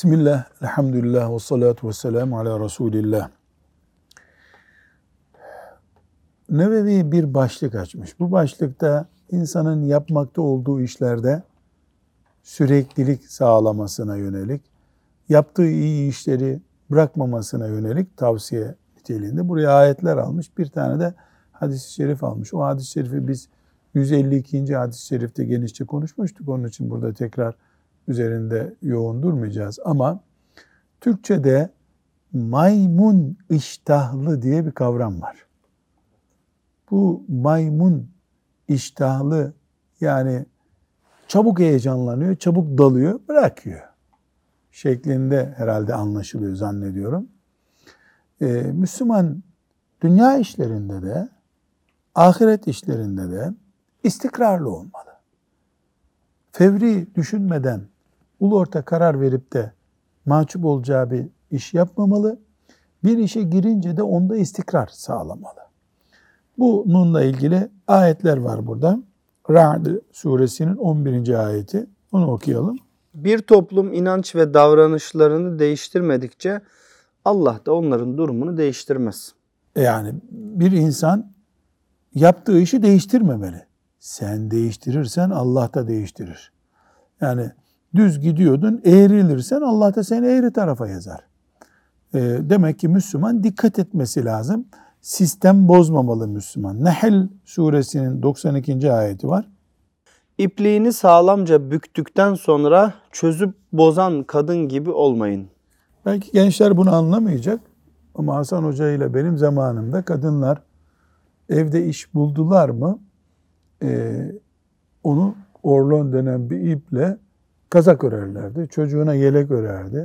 Bismillah, elhamdülillah ve salatu ve selamu ala Resulillah. Nevevi bir başlık açmış. Bu başlıkta insanın yapmakta olduğu işlerde süreklilik sağlamasına yönelik, yaptığı iyi işleri bırakmamasına yönelik tavsiye niteliğinde buraya ayetler almış. Bir tane de hadis-i şerif almış. O hadis-i şerifi biz 152. hadis-i şerifte genişçe konuşmuştuk. Onun için burada tekrar üzerinde yoğun durmayacağız. Ama Türkçe'de maymun iştahlı diye bir kavram var. Bu maymun iştahlı yani çabuk heyecanlanıyor, çabuk dalıyor, bırakıyor şeklinde herhalde anlaşılıyor zannediyorum. Müslüman dünya işlerinde de, ahiret işlerinde de istikrarlı olmalı. Fevri düşünmeden ulu orta karar verip de mahcup olacağı bir iş yapmamalı. Bir işe girince de onda istikrar sağlamalı. Bununla ilgili ayetler var burada. Ra'd suresinin 11. ayeti. Onu okuyalım. Bir toplum inanç ve davranışlarını değiştirmedikçe Allah da onların durumunu değiştirmez. Yani bir insan yaptığı işi değiştirmemeli. Sen değiştirirsen Allah da değiştirir. Yani düz gidiyordun, eğrilirsen Allah da seni eğri tarafa yazar. Demek ki Müslüman dikkat etmesi lazım. Sistem bozmamalı Müslüman. Nehl suresinin 92. ayeti var. İpliğini sağlamca büktükten sonra çözüp bozan kadın gibi olmayın. Belki gençler bunu anlamayacak ama Hasan Hoca ile benim zamanımda kadınlar evde iş buldular mı onu orlon denen bir iple kazak örerlerdi. Çocuğuna yelek örerdi.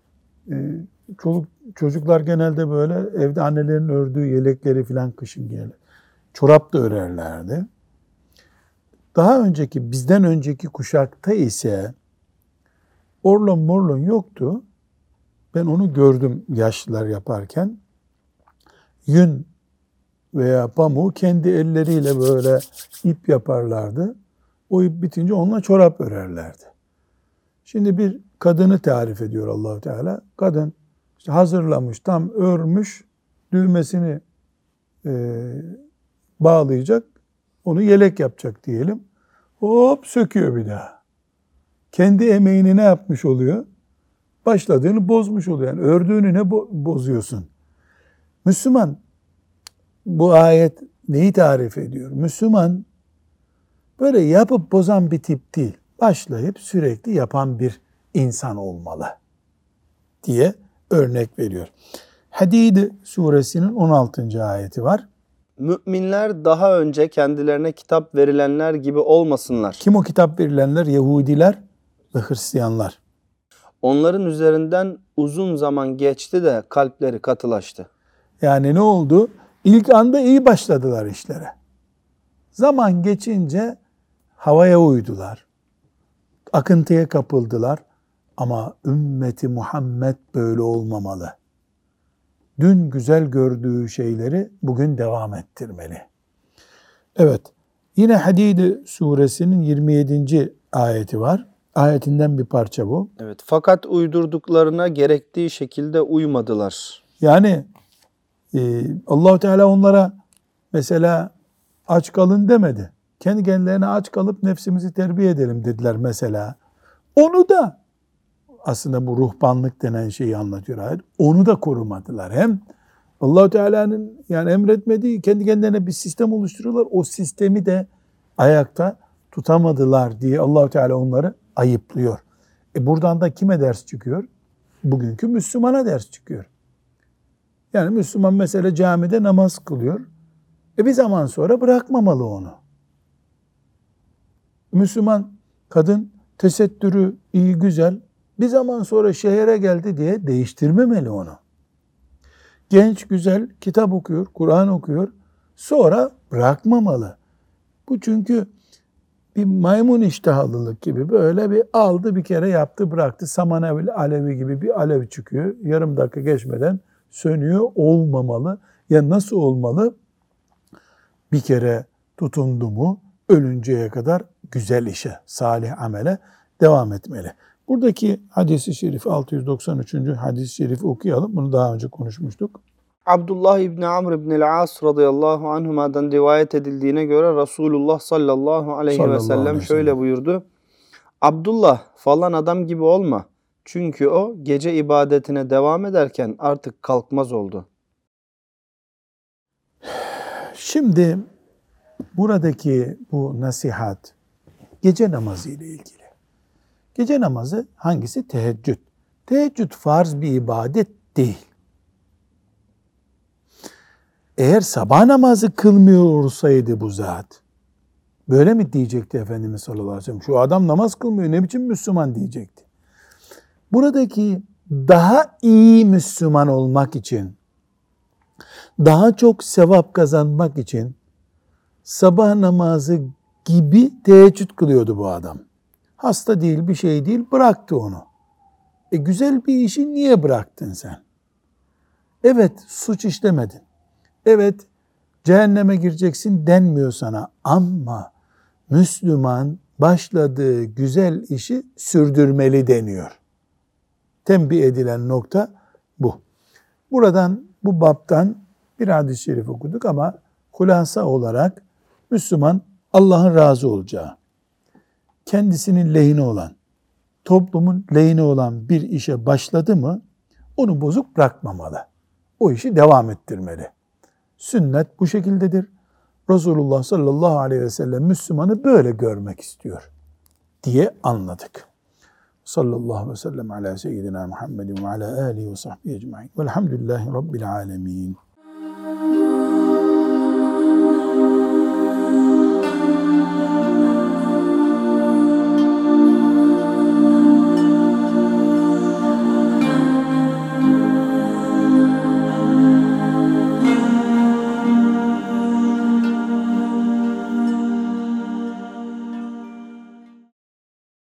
Çocuklar genelde böyle evde annelerin ördüğü yelekleri filan kışın giyer. Çorap da örerlerdi. Daha önceki, bizden önceki kuşakta ise orlon morlon yoktu. Ben onu gördüm yaşlılar yaparken. Yün veya pamuğu kendi elleriyle böyle ip yaparlardı. O ip bitince onunla çorap örerlerdi. Şimdi bir kadını tarif ediyor Allah-u Teala. Kadın işte hazırlamış, tam örmüş, düğmesini bağlayacak, onu yelek yapacak diyelim. Hop söküyor bir daha. Kendi emeğini ne yapmış oluyor? Başladığını bozmuş oluyor. Yani ördüğünü ne bozuyorsun? Müslüman, bu ayet neyi tarif ediyor? Müslüman böyle yapıp bozan bir tip değil. Başlayıp sürekli yapan bir insan olmalı diye örnek veriyor. Hadid suresinin 16. ayeti var. Müminler daha önce kendilerine kitap verilenler gibi olmasınlar. Kim o kitap verilenler? Yahudiler ve Hristiyanlar. Onların üzerinden uzun zaman geçti de kalpleri katılaştı. Yani ne oldu? İlk anda iyi başladılar işlere. Zaman geçince havaya uydular. Akıntıya kapıldılar. Ama ümmeti Muhammed böyle olmamalı. Dün güzel gördüğü şeyleri bugün devam ettirmeli. Evet. Yine Hadid suresinin 27. ayeti var. Ayetinden bir parça bu. Evet. Fakat uydurduklarına gerektiği şekilde uymadılar. Yani Allah-u Teala onlara mesela aç kalın demedi. Kendi kendilerine aç kalıp nefsimizi terbiye edelim dediler mesela. Onu da aslında bu ruhbanlık denen şeyi anlatıyor ayet. Onu da korumadılar. Hem Allah-u Teala'nın yani emretmediği kendi kendilerine bir sistem oluşturuyorlar. O sistemi de ayakta tutamadılar diye Allah-u Teala onları ayıplıyor. Buradan da kime ders çıkıyor? Bugünkü Müslümana ders çıkıyor. Yani Müslüman mesela camide namaz kılıyor. Bir zaman sonra bırakmamalı onu. Müslüman kadın tesettürü iyi güzel. Bir zaman sonra şehre geldi diye değiştirmemeli onu. Genç güzel kitap okuyor, Kur'an okuyor. Sonra bırakmamalı. Bu çünkü bir maymun iştahlılık gibi böyle bir aldı bir kere yaptı bıraktı. Saman alevi gibi bir alev çıkıyor. Yarım dakika geçmeden sönüyor, olmamalı. Ya nasıl olmalı? Bir kere tutundu mu ölünceye kadar güzel işe, salih amele devam etmeli. Buradaki hadis-i şerif 693. hadis-i şerifi okuyalım. Bunu daha önce konuşmuştuk. Abdullah İbni Amr İbni As radıyallahu anhuma'dan rivayet edildiğine göre Resulullah sallallahu aleyhi ve Sallallahu aleyhi sellem ve şöyle sellem. buyurdu. Abdullah falan adam gibi olma. Çünkü o gece ibadetine devam ederken artık kalkmaz oldu. Şimdi buradaki bu nasihat gece namazı ile ilgili. Gece namazı hangisi? Teheccüd. Teheccüd farz bir ibadet değil. Eğer sabah namazı kılmıyor olsaydı bu zat, böyle mi diyecekti Efendimiz sallallahu aleyhi ve sellem? Şu adam namaz kılmıyor, ne biçim Müslüman diyecekti. Buradaki daha iyi Müslüman olmak için, daha çok sevap kazanmak için sabah namazı gibi teheccüd kılıyordu bu adam. Hasta değil, bir şey değil, bıraktı onu. Güzel bir işi niye bıraktın sen? Evet, suç işlemedin. Evet, cehenneme gireceksin denmiyor sana ama Müslüman başladığı güzel işi sürdürmeli deniyor. Tembih edilen nokta bu. Buradan, bu baptan bir hadis-i şerif okuduk ama hulasa olarak Müslüman Allah'ın razı olacağı, kendisinin lehine olan, toplumun lehine olan bir işe başladı mı onu bozuk bırakmamalı. O işi devam ettirmeli. Sünnet bu şekildedir. Resulullah sallallahu aleyhi ve sellem Müslümanı böyle görmek istiyor diye anladık. Sallallahu aleyhi ve sellem ala seyyidina Muhammedin ve ala alihi ve sahbihi ecmaîn. Velhamdülillahi rabbil âlemin.